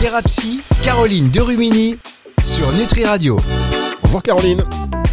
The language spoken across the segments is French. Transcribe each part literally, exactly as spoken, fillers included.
Thérapie, Caroline Derumini sur Nutri Radio. Bonjour Caroline.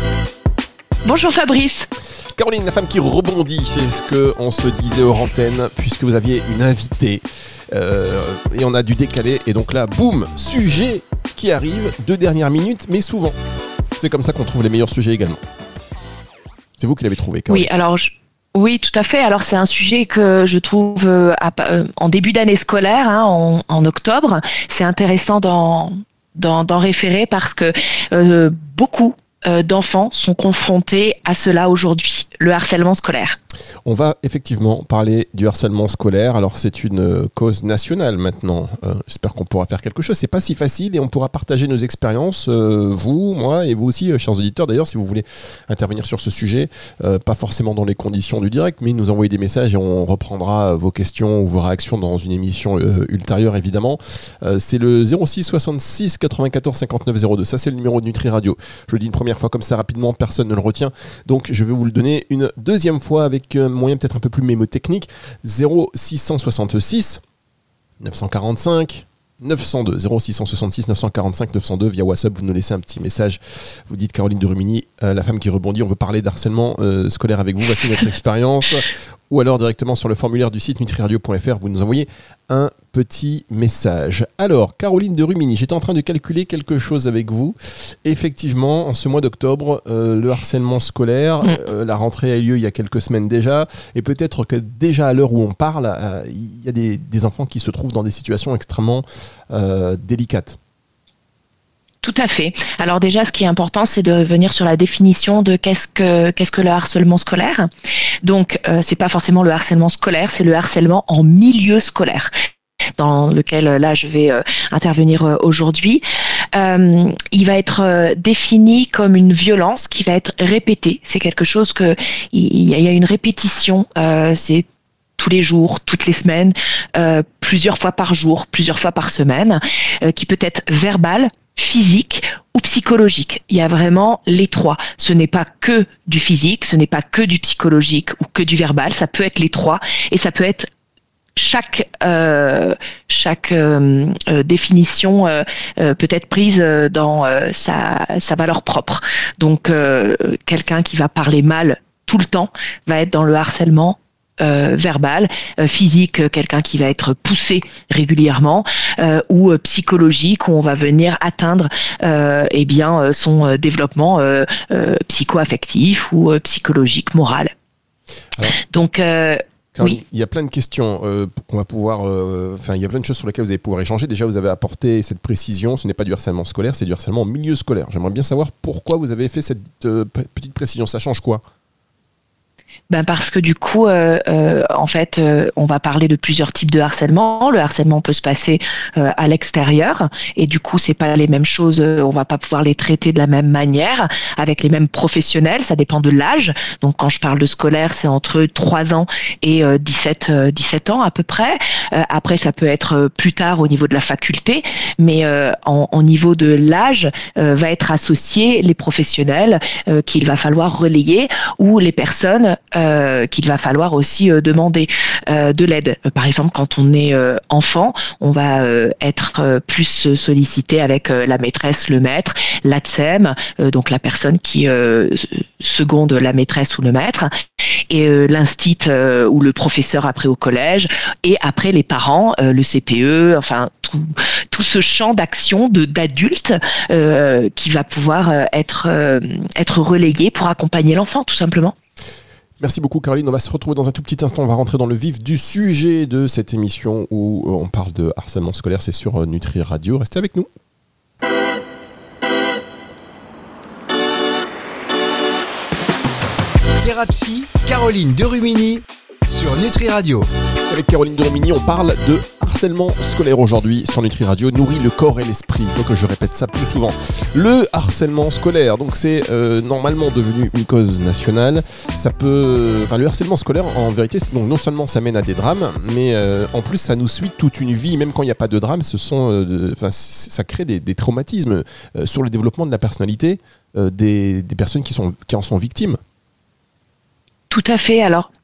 Bonjour Fabrice. Caroline, la femme qui rebondit, c'est ce qu'on se disait hors antenne, puisque vous aviez une invitée. Euh, et on a dû décaler. Et donc là, boum, sujet qui arrive, deux dernières minutes, mais souvent. C'est comme ça qu'on trouve les meilleurs sujets également. C'est vous qui l'avez trouvé, Caroline. Oui, alors... Je... Oui, tout à fait. Alors, c'est un sujet que je trouve euh, à, euh, en début d'année scolaire, hein, en, en octobre. C'est intéressant d'en, d'en, d'en référer parce que euh, beaucoup euh, d'enfants sont confrontés à cela aujourd'hui, le harcèlement scolaire. On va effectivement parler du harcèlement scolaire. Alors, c'est une cause nationale maintenant. Euh, j'espère qu'on pourra faire quelque chose. C'est pas si facile et on pourra partager nos expériences, euh, vous, moi et vous aussi, euh, chers auditeurs. D'ailleurs, si vous voulez intervenir sur ce sujet, euh, pas forcément dans les conditions du direct, mais nous envoyer des messages et on reprendra vos questions ou vos réactions dans une émission euh, ultérieure, évidemment. Euh, c'est le zéro six soixante-six quatre-vingt-quatorze cinquante-neuf zéro deux. Ça, c'est le numéro de Nutri Radio. Je le dis une première fois comme ça rapidement, personne ne le retient. Donc, je vais vous le donner une deuxième fois avec un moyen peut-être un peu plus mémotechnique. Zéro six cent soixante-six neuf cent quarante-cinq neuf cent deux. Zéro six cent soixante-six neuf cent quarante-cinq neuf cent deux via WhatsApp. Vous nous laissez un petit message. Vous dites Caroline Derumini, euh, la femme qui rebondit. On veut parler d'harcèlement euh, scolaire avec vous. Voici notre expérience. Ou alors directement sur le formulaire du site nutri radio point f r. Vous nous envoyez un petit message. Alors, Caroline Derumini, j'étais en train de calculer quelque chose avec vous. Effectivement, en ce mois d'octobre, euh, le harcèlement scolaire, euh, la rentrée a eu lieu il y a quelques semaines déjà, et peut-être que déjà à l'heure où on parle, euh, il y a des, des enfants qui se trouvent dans des situations extrêmement euh, délicates. Tout à fait. Alors déjà, ce qui est important, c'est de revenir sur la définition de qu'est-ce que qu'est-ce que le harcèlement scolaire. Donc, euh, c'est pas forcément le harcèlement scolaire, c'est le harcèlement en milieu scolaire, dans lequel là je vais euh, intervenir euh, aujourd'hui. Euh, il va être euh, défini comme une violence qui va être répétée. C'est quelque chose que il y, y a une répétition. Euh, c'est tous les jours, toutes les semaines, euh, plusieurs fois par jour, plusieurs fois par semaine, euh, qui peut être verbale, physique ou psychologique. Il y a vraiment les trois. Ce n'est pas que du physique, ce n'est pas que du psychologique ou que du verbal, ça peut être les trois et ça peut être chaque euh, chaque euh, euh, définition euh, euh, peut être prise dans euh, sa, sa valeur propre. Donc euh, quelqu'un qui va parler mal tout le temps va être dans le harcèlement Euh, verbal, euh, physique, euh, quelqu'un qui va être poussé régulièrement, euh, ou euh, psychologique, où on va venir atteindre euh, eh bien, euh, son euh, développement euh, euh, psycho-affectif ou euh, psychologique, moral. Alors, Donc, euh, oui. Il y a plein de questions euh, qu'on va pouvoir. Enfin, euh, il y a plein de choses sur lesquelles vous allez pouvoir échanger. Déjà, vous avez apporté cette précision. Ce n'est pas du harcèlement scolaire, c'est du harcèlement en milieu scolaire. J'aimerais bien savoir pourquoi vous avez fait cette euh, petite précision. Ça change quoi ? Ben parce que du coup, euh, euh, en fait, euh, on va parler de plusieurs types de harcèlement. Le harcèlement peut se passer euh, à l'extérieur, et du coup, c'est pas les mêmes choses. On va pas pouvoir les traiter de la même manière avec les mêmes professionnels. Ça dépend de l'âge. Donc, quand je parle de scolaire, c'est entre trois ans et euh, dix-sept, euh, dix-sept ans à peu près. Euh, après, ça peut être plus tard au niveau de la faculté, mais euh, en, en niveau de l'âge, euh, va être associé les professionnels euh, qu'il va falloir relayer ou les personnes Euh, qu'il va falloir aussi euh, demander euh, de l'aide. Euh, par exemple, quand on est euh, enfant, on va euh, être euh, plus sollicité avec euh, la maîtresse, le maître, l'A T S E M, euh, donc la personne qui euh, seconde la maîtresse ou le maître, et euh, l'instit euh, ou le professeur après au collège, et après les parents, euh, le C P E, enfin tout, tout ce champ d'action de, d'adultes euh, qui va pouvoir euh, être, euh, être relayé pour accompagner l'enfant, tout simplement. Merci beaucoup Caroline, on va se retrouver dans un tout petit instant, on va rentrer dans le vif du sujet de cette émission où on parle de harcèlement scolaire, c'est sur Nutri Radio, restez avec nous. Thérapie, Caroline Derumini sur Nutri Radio. Avec Caroline Derumini, on parle de harcèlement scolaire aujourd'hui sur Nutri Radio, nourrit le corps et l'esprit. Il faut que je répète ça plus souvent. Le harcèlement scolaire, donc c'est euh, normalement devenu une cause nationale. Ça peut, enfin, le harcèlement scolaire, en vérité, donc non seulement ça mène à des drames, mais euh, en plus ça nous suit toute une vie. Même quand il n'y a pas de drame, ce sont, euh, enfin, ça crée des, des traumatismes euh, sur le développement de la personnalité euh, des, des personnes qui sont, qui en sont victimes. Tout à fait. Alors,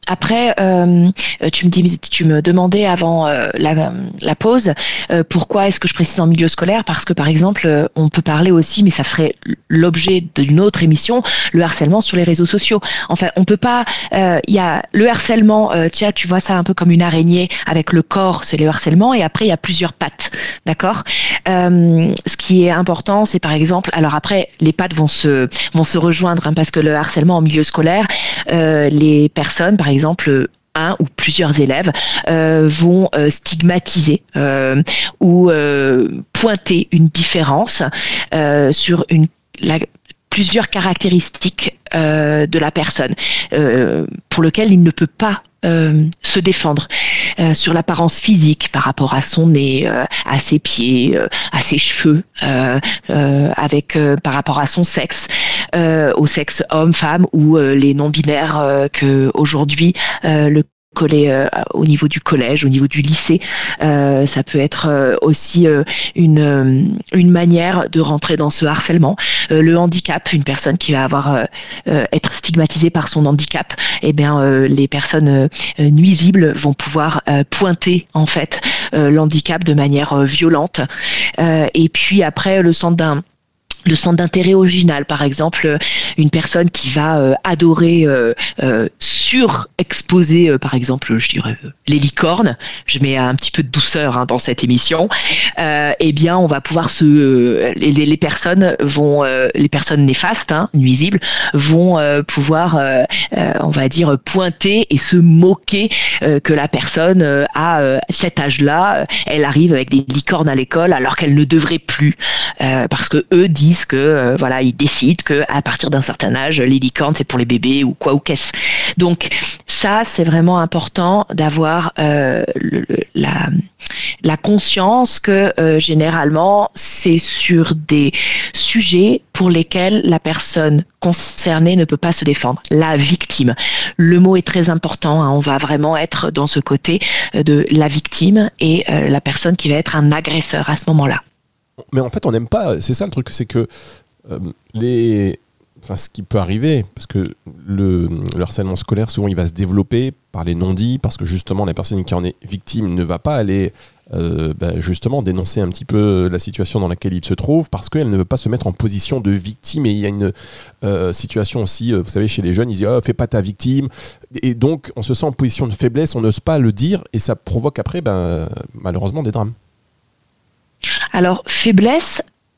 après, euh, tu me dis, tu me demandais avant euh, la, la pause, euh, pourquoi est-ce que je précise en milieu scolaire? Parce que par exemple, euh, on peut parler aussi, mais ça ferait l'objet d'une autre émission, le harcèlement sur les réseaux sociaux. Enfin, on peut pas. Il euh, y a le harcèlement. Euh, tiens, tu vois ça un peu comme une araignée avec le corps, c'est le harcèlement, et après il y a plusieurs pattes, d'accord. Euh, ce qui est important, c'est par exemple, alors après, les pattes vont se vont se rejoindre hein, parce que le harcèlement en milieu scolaire, euh, les personnes, par exemple, un ou plusieurs élèves euh, vont euh, stigmatiser euh, ou euh, pointer une différence euh, sur une, la, plusieurs caractéristiques euh, de la personne euh, pour lequel il ne peut pas euh, se défendre euh, sur l'apparence physique par rapport à son nez, euh, à ses pieds, euh, à ses cheveux, euh, euh, avec euh, par rapport à son sexe, euh, au sexe homme, femme ou euh, les non-binaires euh, que aujourd'hui euh, le collé euh, au niveau du collège, au niveau du lycée, euh, ça peut être euh, aussi euh, une euh, une manière de rentrer dans ce harcèlement. Euh, le handicap, une personne qui va avoir euh, euh, être stigmatisée par son handicap, eh bien euh, les personnes euh, nuisibles vont pouvoir euh, pointer en fait euh, l'handicap de manière euh, violente. Euh, et puis après le centre d'un le centre d'intérêt original, par exemple, une personne qui va euh, adorer euh, euh, surexposer, euh, par exemple, je dirais euh, les licornes. Je mets un petit peu de douceur hein, dans cette émission. Euh, eh bien, on va pouvoir se, euh, les, les personnes vont, euh, les personnes néfastes, hein, nuisibles, vont euh, pouvoir, euh, euh, on va dire, pointer et se moquer euh, que la personne euh, à euh, cet âge-là, elle arrive avec des licornes à l'école alors qu'elle ne devrait plus, euh, parce que eux disent que euh, voilà, ils décident que à partir d'un certain âge, les licornes c'est pour les bébés ou quoi ou qu'est-ce. Donc ça, c'est vraiment important d'avoir euh, le, la la conscience que euh, généralement c'est sur des sujets pour lesquels la personne concernée ne peut pas se défendre, la victime. Le mot est très important, hein, on va vraiment être dans ce côté de la victime et euh, la personne qui va être un agresseur à ce moment-là. Mais en fait, on n'aime pas. C'est ça le truc, c'est que euh, les. Enfin, ce qui peut arriver, parce que le, le harcèlement scolaire, souvent, il va se développer par les non-dits, parce que justement, la personne qui en est victime ne va pas aller euh, bah, justement dénoncer un petit peu la situation dans laquelle il se trouve, parce qu'elle ne veut pas se mettre en position de victime. Et il y a une euh, situation aussi, euh, vous savez, chez les jeunes, ils disent oh, « fais pas ta victime ». Et donc, on se sent en position de faiblesse, on n'ose pas le dire, et ça provoque après, ben, malheureusement, des drames. Alors, faiblesse,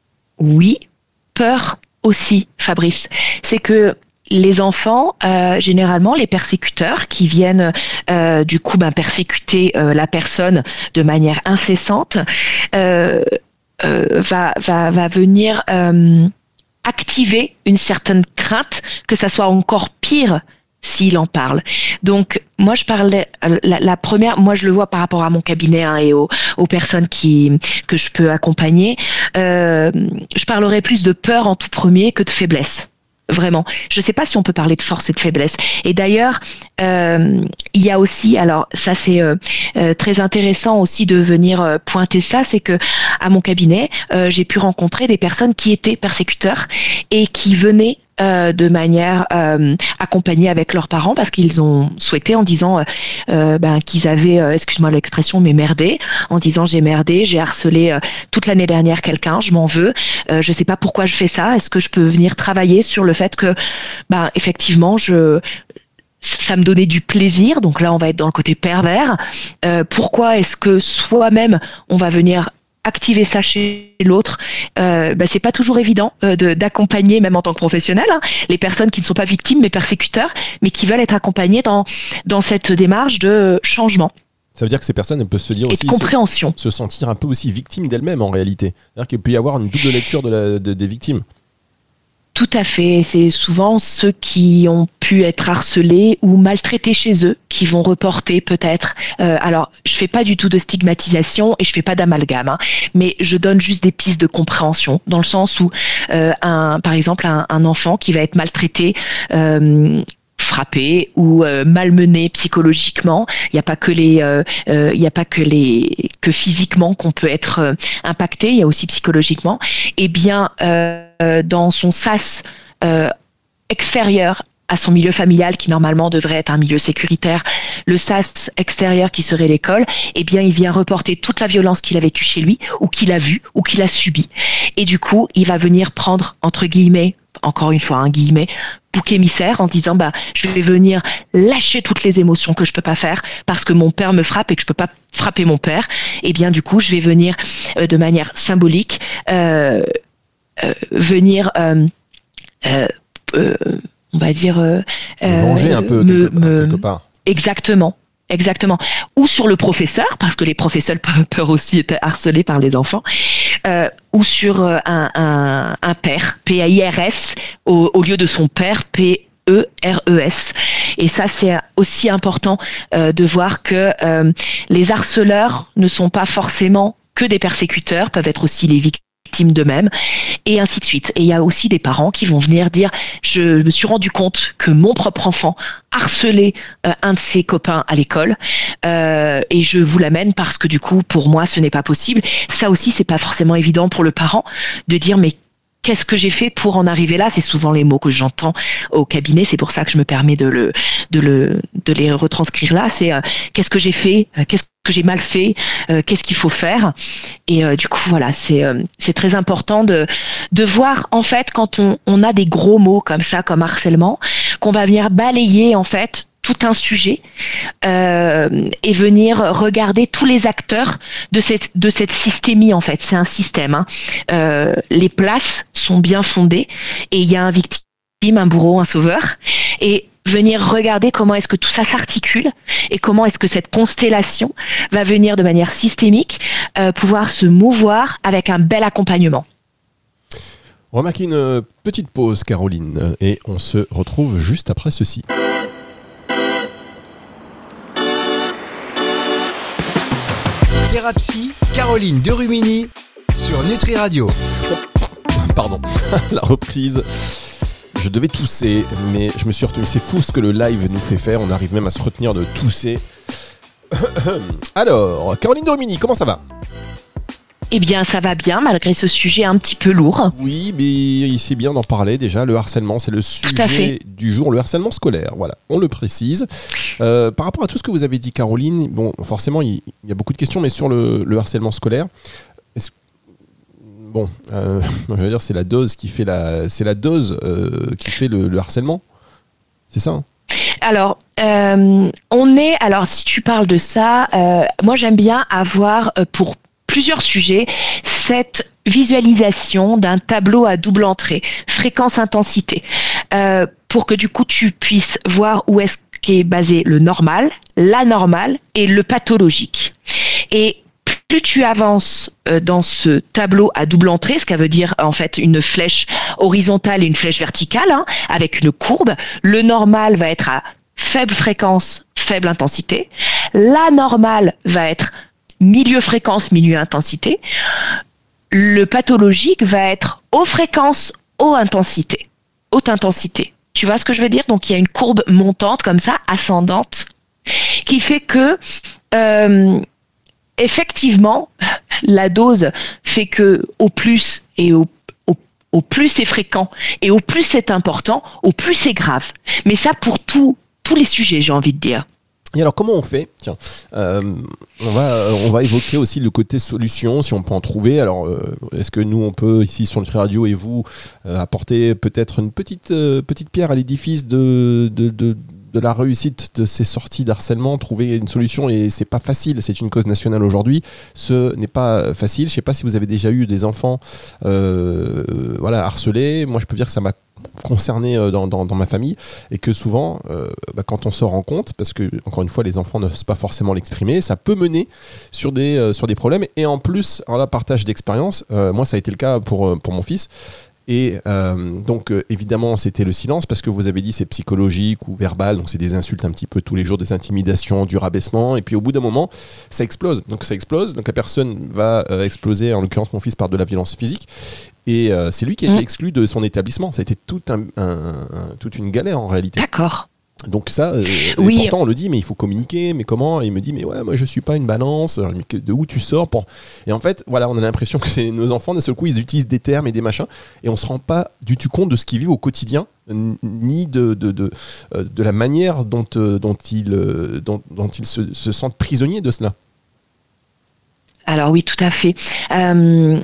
oui. Peur aussi, Fabrice. C'est que les enfants, euh, généralement, les persécuteurs qui viennent euh, du coup ben, persécuter euh, la personne de manière incessante, euh, euh, va, va, va venir euh, activer une certaine crainte que ça soit encore pire s'il en parle. Donc, moi, je parlais, la, la première, moi, je le vois par rapport à mon cabinet hein, et aux, aux personnes qui, que je peux accompagner. Euh, je parlerai plus de peur en tout premier que de faiblesse. Vraiment. Je ne sais pas si on peut parler de force et de faiblesse. Et d'ailleurs, euh, il y a aussi, alors ça c'est euh, euh, très intéressant aussi de venir euh, pointer ça, c'est que à mon cabinet, euh, j'ai pu rencontrer des personnes qui étaient persécuteurs et qui venaient Euh, de manière euh, accompagnée avec leurs parents parce qu'ils ont souhaité en disant euh, euh, ben, qu'ils avaient, euh, excuse-moi l'expression, mais merdé, en disant j'ai merdé, j'ai harcelé euh, toute l'année dernière quelqu'un, je m'en veux, euh, je sais pas pourquoi je fais ça, est-ce que je peux venir travailler sur le fait que ben, effectivement je ça me donnait du plaisir, donc là on va être dans le côté pervers, euh, pourquoi est-ce que soi-même on va venir activer ça chez l'autre, euh, bah, c'est pas toujours évident euh, de, d'accompagner, même en tant que professionnel, hein, les personnes qui ne sont pas victimes mais persécuteurs, mais qui veulent être accompagnées dans, dans cette démarche de changement. Ça veut dire que ces personnes elles peuvent se dire et aussi de compréhension. Se, se sentir un peu aussi victimes d'elles-mêmes en réalité. C'est-à-dire qu'il peut y avoir une double lecture de la, de, des victimes. Tout à fait. C'est souvent ceux qui ont pu être harcelés ou maltraités chez eux qui vont reporter peut-être. Euh, alors, je fais pas du tout de stigmatisation et je fais pas d'amalgame, hein, mais je donne juste des pistes de compréhension dans le sens où, euh, un, par exemple, un, un enfant qui va être maltraité. Euh, frappé ou euh, malmené psychologiquement. Il n'y a pas que les, euh, euh, il y a pas que les, que physiquement qu'on peut être euh, impacté. Il y a aussi psychologiquement. Eh bien, euh, dans son sas euh, extérieur à son milieu familial qui normalement devrait être un milieu sécuritaire, le sas extérieur qui serait l'école, eh bien il vient reporter toute la violence qu'il a vécue chez lui ou qu'il a vue ou qu'il a subie. Et du coup, il va venir prendre, entre guillemets, encore une fois, un guillemets, bouc émissaire en disant bah je vais venir lâcher toutes les émotions que je peux pas faire parce que mon père me frappe et que je peux pas frapper mon père. Et bien du coup, je vais venir euh, de manière symbolique euh, euh, venir euh, euh, euh, on va dire euh, venger un peu me, quelque, me, quelque part. Exactement. Exactement. Ou sur le professeur, parce que les professeurs peuvent aussi être harcelés par les enfants, euh, ou sur un, un, un père, P A I R S, au, au lieu de son père, P E R E S. Et ça, c'est aussi important euh, de voir que euh, les harceleurs ne sont pas forcément que des persécuteurs, peuvent être aussi les victimes d'eux-mêmes, et ainsi de suite. Et il y a aussi des parents qui vont venir dire « Je me suis rendu compte que mon propre enfant harcelait euh, un de ses copains à l'école euh, et je vous l'amène parce que du coup, pour moi, ce n'est pas possible. » Ça aussi, c'est pas forcément évident pour le parent de dire « Mais qu'est-ce que j'ai fait pour en arriver là ?» C'est souvent les mots que j'entends au cabinet. C'est pour ça que je me permets de, le, de, le, de les retranscrire là. C'est euh, qu'est-ce que j'ai fait, qu'est-ce que j'ai mal fait, euh, qu'est-ce qu'il faut faire. Et euh, du coup, voilà, c'est, euh, c'est très important de, de voir, en fait, quand on, on a des gros mots comme ça, comme harcèlement, qu'on va venir balayer, en fait, tout un sujet euh, et venir regarder tous les acteurs de cette, de cette systémie, en fait. C'est un système. Hein. Euh, les places sont bien fondées et il y a un victime, un bourreau, un sauveur. Et venir regarder comment est-ce que tout ça s'articule et comment est-ce que cette constellation va venir de manière systémique euh, pouvoir se mouvoir avec un bel accompagnement. On va marquer une petite pause, Caroline, et on se retrouve juste après ceci. Thérapie, Caroline Derumini sur Nutri Radio. Pardon, la reprise. Je devais tousser, mais je me suis retenu. C'est fou ce que le live nous fait faire. On arrive même à se retenir de tousser. Alors, Caroline Derumini, comment ça va ? Eh bien, ça va bien, malgré ce sujet un petit peu lourd. Oui, mais c'est bien d'en parler déjà. Le harcèlement, c'est le sujet du jour. Le harcèlement scolaire, voilà, on le précise. Euh, par rapport à tout ce que vous avez dit, Caroline, bon, forcément, il, il y a beaucoup de questions, mais sur le, le harcèlement scolaire, est-ce, bon, euh, je veux dire, c'est la dose qui fait la, c'est la dose euh, qui fait le, le harcèlement, c'est ça, hein ? Alors, euh, on est. Alors, si tu parles de ça, euh, moi, j'aime bien avoir euh, pour plusieurs sujets cette visualisation d'un tableau à double entrée, fréquence-intensité, euh, pour que du coup tu puisses voir où est-ce qu'est basé le normal, l'anormal et le pathologique. Et plus tu avances euh, dans ce tableau à double entrée, ce qui veut dire en fait une flèche horizontale et une flèche verticale, hein, avec une courbe, le normal va être à faible fréquence, faible intensité, l'anormal va être milieu fréquence, milieu intensité. Le pathologique va être haute fréquence, haute intensité. Haute intensité. Tu vois ce que je veux dire ? Donc, il y a une courbe montante comme ça, ascendante, qui fait que, euh, effectivement, la dose fait que au plus et au, au, au plus c'est fréquent et au plus c'est important, au plus c'est grave. Mais ça, pour tout, tous les sujets, j'ai envie de dire. Et alors, comment on fait ? Tiens, euh, on va on va évoquer aussi le côté solution, si on peut en trouver. Alors, euh, est-ce que nous, on peut, ici sur Nutri Radio et vous, euh, apporter peut-être une petite, euh, petite pierre à l'édifice de, de, de, de la réussite de ces sorties d'harcèlement, trouver une solution, et c'est pas facile, c'est une cause nationale aujourd'hui, ce n'est pas facile. Je sais pas si vous avez déjà eu des enfants euh, voilà, harcelés. Moi, je peux dire que ça m'a concerné dans, dans, dans ma famille, et que souvent euh, bah, quand on se rend compte, parce que encore une fois les enfants n'osent pas forcément l'exprimer, ça peut mener sur des, euh, sur des problèmes. Et en plus, alors là, partage d'expérience, euh, moi ça a été le cas pour, pour mon fils. Et euh, donc euh, évidemment c'était le silence, parce que vous avez dit c'est psychologique ou verbal, donc c'est des insultes un petit peu tous les jours, des intimidations, du rabaissement, et puis au bout d'un moment ça explose, donc ça explose, donc la personne va euh, exploser, en l'occurrence mon fils, par de la violence physique, et euh, c'est lui qui a été exclu de son établissement. Ça a été tout un, un, un, toute une galère en réalité. D'accord. Donc ça, euh, oui. Pourtant on le dit, mais il faut communiquer, mais comment ? Et il me dit, mais ouais, moi je suis pas une balance, mais de où tu sors pour... Et en fait, voilà, on a l'impression que c'est nos enfants, d'un seul coup, ils utilisent des termes et des machins, et on se rend pas du tout compte de ce qu'ils vivent au quotidien, ni de, de, de, de la manière dont, dont, ils, dont, dont ils se, se sentent prisonniers de cela. Alors oui, tout à fait. Euh,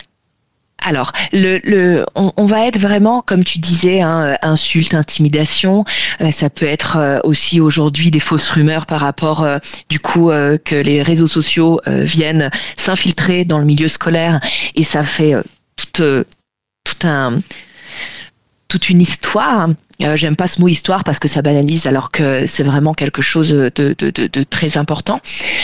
alors, le, le, on, on va être vraiment, comme tu disais, hein, insulte, intimidation. Euh, ça peut être euh, aussi aujourd'hui des fausses rumeurs par rapport, euh, du coup, euh, que les réseaux sociaux euh, viennent s'infiltrer dans le milieu scolaire, et ça fait euh, tout, euh, tout un, toute une histoire. Euh, j'aime pas ce mot histoire parce que ça banalise, alors que c'est vraiment quelque chose de, de, de, de très important.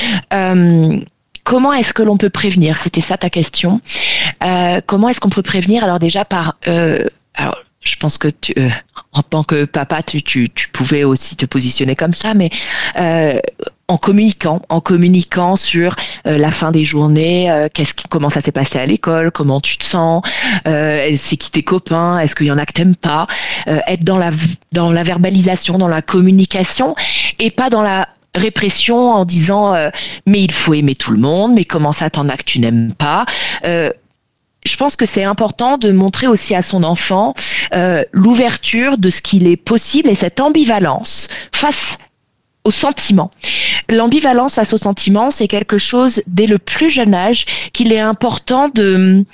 Euh, Comment est-ce que l'on peut prévenir ? C'était ça ta question. Euh, comment est-ce qu'on peut prévenir ? Alors déjà par... Euh, alors, je pense que tu, euh, en tant que papa, tu, tu, tu pouvais aussi te positionner comme ça, mais euh, en communiquant, en communiquant sur euh, la fin des journées, euh, qu'est-ce qui, comment ça s'est passé à l'école, comment tu te sens, euh, c'est qui tes copains, est-ce qu'il y en a que t'aimes pas, euh, être dans la, dans la verbalisation, dans la communication, et pas dans la répression en disant euh, mais il faut aimer tout le monde, mais comment ça t'en as que tu n'aimes pas. Euh, je pense que c'est important de montrer aussi à son enfant euh, l'ouverture de ce qu'il est possible et cette ambivalence face aux sentiments. L'ambivalence face aux sentiments, c'est quelque chose dès le plus jeune âge qu'il est important de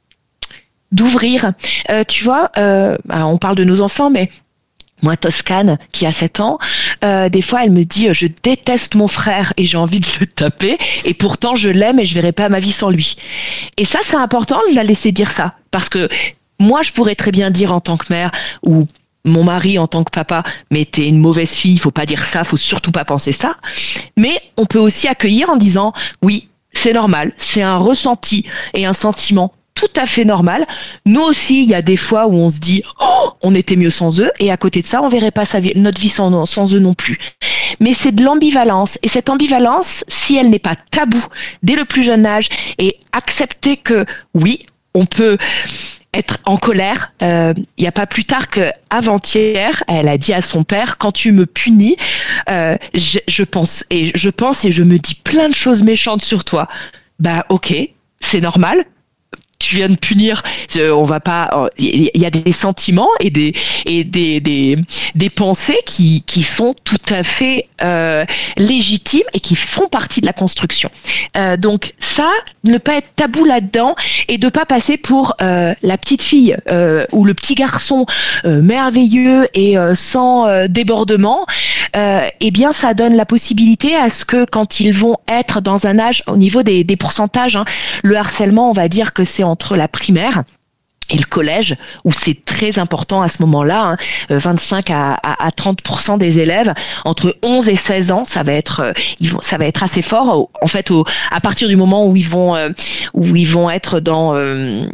d'ouvrir. Euh, tu vois, euh, bah, on parle de nos enfants, mais moi, Toscane, qui a sept ans, euh, des fois, elle me dit « Je déteste mon frère et j'ai envie de le taper, et pourtant, je l'aime et je ne verrai pas ma vie sans lui. » Et ça, c'est important de la laisser dire ça. Parce que moi, je pourrais très bien dire en tant que mère, ou mon mari en tant que papa, « Mais t'es une mauvaise fille, il ne faut pas dire ça, il ne faut surtout pas penser ça. » Mais on peut aussi accueillir en disant « Oui, c'est normal, c'est un ressenti et un sentiment tout à fait normal. Nous aussi, il y a des fois où on se dit oh, on était mieux sans eux, et à côté de ça, on verrait pas sa vie, notre vie sans, sans eux non plus. » Mais c'est de l'ambivalence, et cette ambivalence, si elle n'est pas taboue dès le plus jeune âge, et accepter que oui, on peut être en colère. Il euh, n'y a pas plus tard qu'avant-hier, elle a dit à son père, quand tu me punis, euh, je, je pense et je pense et je me dis plein de choses méchantes sur toi. Bah ok, c'est normal. Tu viens de punir, on va pas. Il y a des sentiments et des et des des, des pensées qui qui sont tout à fait euh, légitimes et qui font partie de la construction. Euh, donc ça, ne pas être tabou là-dedans et de pas passer pour euh, la petite fille euh, ou le petit garçon euh, merveilleux et euh, sans euh, débordement. Euh, eh bien, ça donne la possibilité à ce que quand ils vont être dans un âge, au niveau des, des pourcentages, hein, le harcèlement, on va dire que c'est entre la primaire et le collège, où c'est très important à ce moment-là, hein, vingt-cinq à trente pour cent des élèves entre onze et seize ans, ça va être, ils vont, ça va être assez fort. En fait, au, à partir du moment où ils vont, euh, où ils vont être dans euh,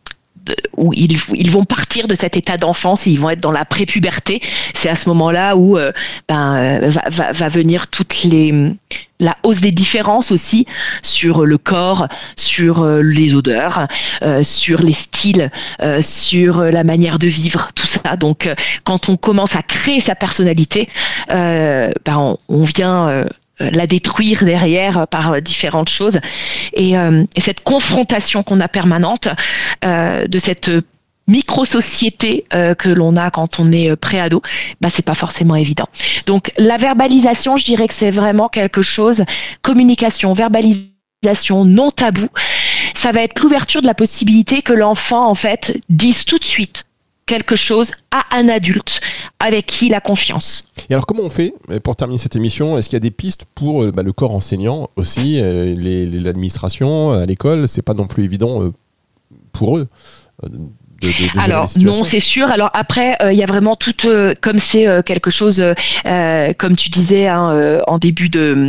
où ils, ils vont partir de cet état d'enfance et ils vont être dans la prépuberté. C'est à ce moment-là où euh, ben, euh, va, va, va venir toutes les la hausse des différences aussi sur le corps, sur euh, les odeurs, euh, sur les styles, euh, sur la manière de vivre, tout ça. Donc, euh, quand on commence à créer sa personnalité, euh, ben, on, on vient euh, la détruire derrière par différentes choses. Et, euh, et cette confrontation qu'on a permanente euh, de cette micro-société euh, que l'on a quand on est pré-ado, bah, c'est pas forcément évident. Donc la verbalisation, je dirais que c'est vraiment quelque chose, communication, verbalisation, non tabou, ça va être l'ouverture de la possibilité que l'enfant en fait dise tout de suite quelque chose à un adulte avec qui il a confiance. Et alors comment on fait pour terminer cette émission ? Est-ce qu'il y a des pistes pour bah, le corps enseignant aussi, euh, les, les, l'administration à l'école ? C'est pas non plus évident euh, pour eux euh, de, de, de Alors non, c'est sûr. Alors après, il euh, y a vraiment tout, euh, comme c'est euh, quelque chose, euh, comme tu disais hein, euh, en début de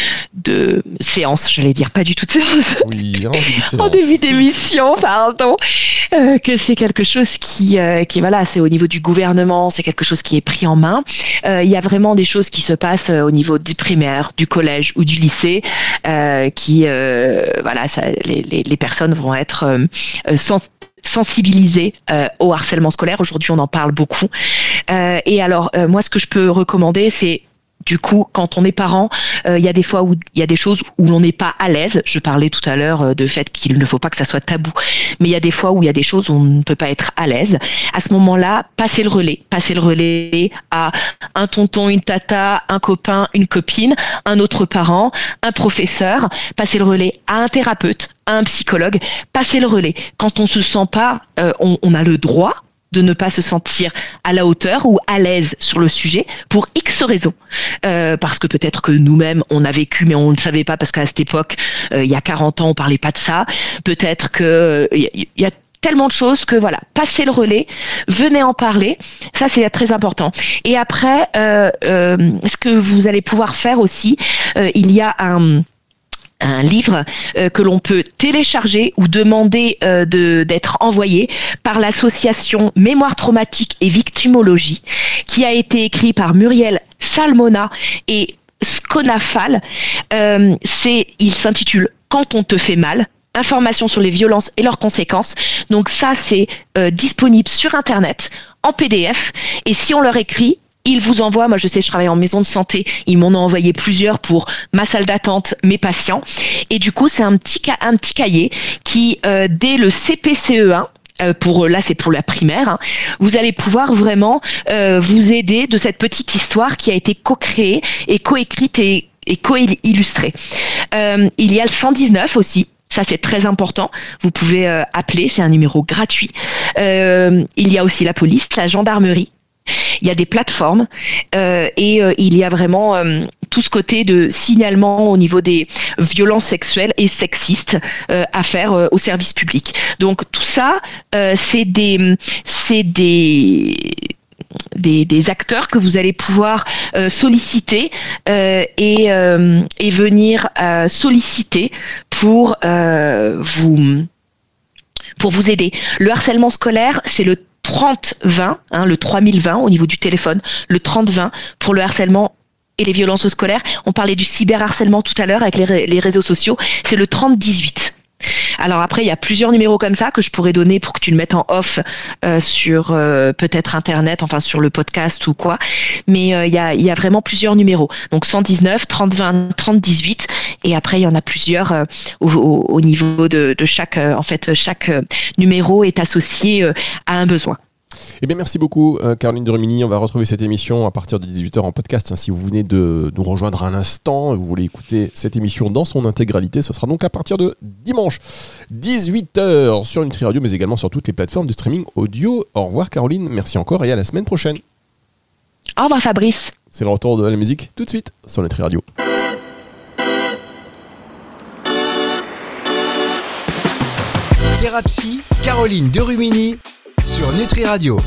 de séance, j'allais dire pas du tout de séance. Oui, en début, de séance. En début d'émission, pardon, euh, que c'est quelque chose qui, euh, qui voilà, c'est au niveau du gouvernement, c'est quelque chose qui est pris en main. Il euh, y a vraiment des choses qui se passent au niveau du primaire, du collège ou du lycée, euh, qui, euh, voilà, ça, les, les, les personnes vont être euh, sans sensibilisés euh, au harcèlement scolaire. Aujourd'hui, on en parle beaucoup. Euh, et alors, euh, moi, ce que je peux recommander, c'est Du coup, quand on est parent, euh, il y a des fois où il y a des choses où l'on n'est pas à l'aise. Je parlais tout à l'heure de fait qu'il ne faut pas que ça soit tabou, mais il y a des fois où il y a des choses où on ne peut pas être à l'aise. À ce moment-là, passez le relais. Passez le relais à un tonton, une tata, un copain, une copine, un autre parent, un professeur. Passez le relais à un thérapeute, à un psychologue. Passez le relais. Quand on se sent pas, euh, on, on a le droit de ne pas se sentir à la hauteur ou à l'aise sur le sujet pour X raisons. Euh, parce que peut-être que nous-mêmes, on a vécu, mais on ne le savait pas parce qu'à cette époque, euh, il y a quarante ans, on parlait pas de ça. Peut-être que euh, y, y a tellement de choses que voilà, passez le relais, venez en parler. Ça, c'est très important. Et après, euh, euh, ce que vous allez pouvoir faire aussi, euh, il y a un... un livre euh, que l'on peut télécharger ou demander euh, de, d'être envoyé par l'association Mémoire traumatique et victimologie, qui a été écrit par Muriel Salmona et Sconafal. Euh, c'est, il s'intitule « Quand on te fait mal ». Informations sur les violences et leurs conséquences. Donc ça, c'est euh, disponible sur Internet, en P D F. Et si on leur écrit, ils vous envoient, moi je sais, je travaille en maison de santé, ils m'en ont envoyé plusieurs pour ma salle d'attente, mes patients. Et du coup, c'est un petit, ca- un petit cahier qui, euh, dès le C P C E un, Euh, pour là c'est pour la primaire, hein, vous allez pouvoir vraiment euh, vous aider de cette petite histoire qui a été co-créée et co-écrite et, et co-illustrée. Euh, il y a le cent dix-neuf aussi. Ça, c'est très important. Vous pouvez euh, appeler, c'est un numéro gratuit. Euh, il y a aussi la police, la gendarmerie. Il y a des plateformes euh, et euh, il y a vraiment euh, tout ce côté de signalement au niveau des violences sexuelles et sexistes euh, à faire euh, au service public. Donc tout ça, euh, c'est des, c'est des Des, des acteurs que vous allez pouvoir euh, solliciter euh, et, euh, et venir euh, solliciter pour euh, vous pour vous aider. Le harcèlement scolaire, c'est le trente vingt, hein, le trois mille vingt au niveau du téléphone, le trente vingt pour le harcèlement et les violences scolaires. On parlait du cyberharcèlement tout à l'heure avec les, les réseaux sociaux, c'est le trente dix-huit. Alors après, il y a plusieurs numéros comme ça que je pourrais donner pour que tu le mettes en off euh, sur euh, peut-être Internet, enfin sur le podcast ou quoi. Mais euh, il y a, il y a vraiment plusieurs numéros. Donc cent dix-neuf, trente vingt, trente dix-huit. Et après, il y en a plusieurs euh, au, au, au niveau de, de chaque... Euh, en fait, chaque euh, numéro est associé euh, à un besoin. Eh bien, merci beaucoup, euh, Caroline de Rumigny. On va retrouver cette émission à partir de dix-huit heures en podcast. Hein, si vous venez de nous rejoindre un instant, vous voulez écouter cette émission dans son intégralité, ce sera donc à partir de dimanche, dix-huit heures sur Nutri Radio, mais également sur toutes les plateformes de streaming audio. Au revoir, Caroline. Merci encore et à la semaine prochaine. Au revoir, Fabrice. C'est le retour de la musique tout de suite sur Nutri Radio. Thérapie, Caroline de Rumigny sur Nutri Radio.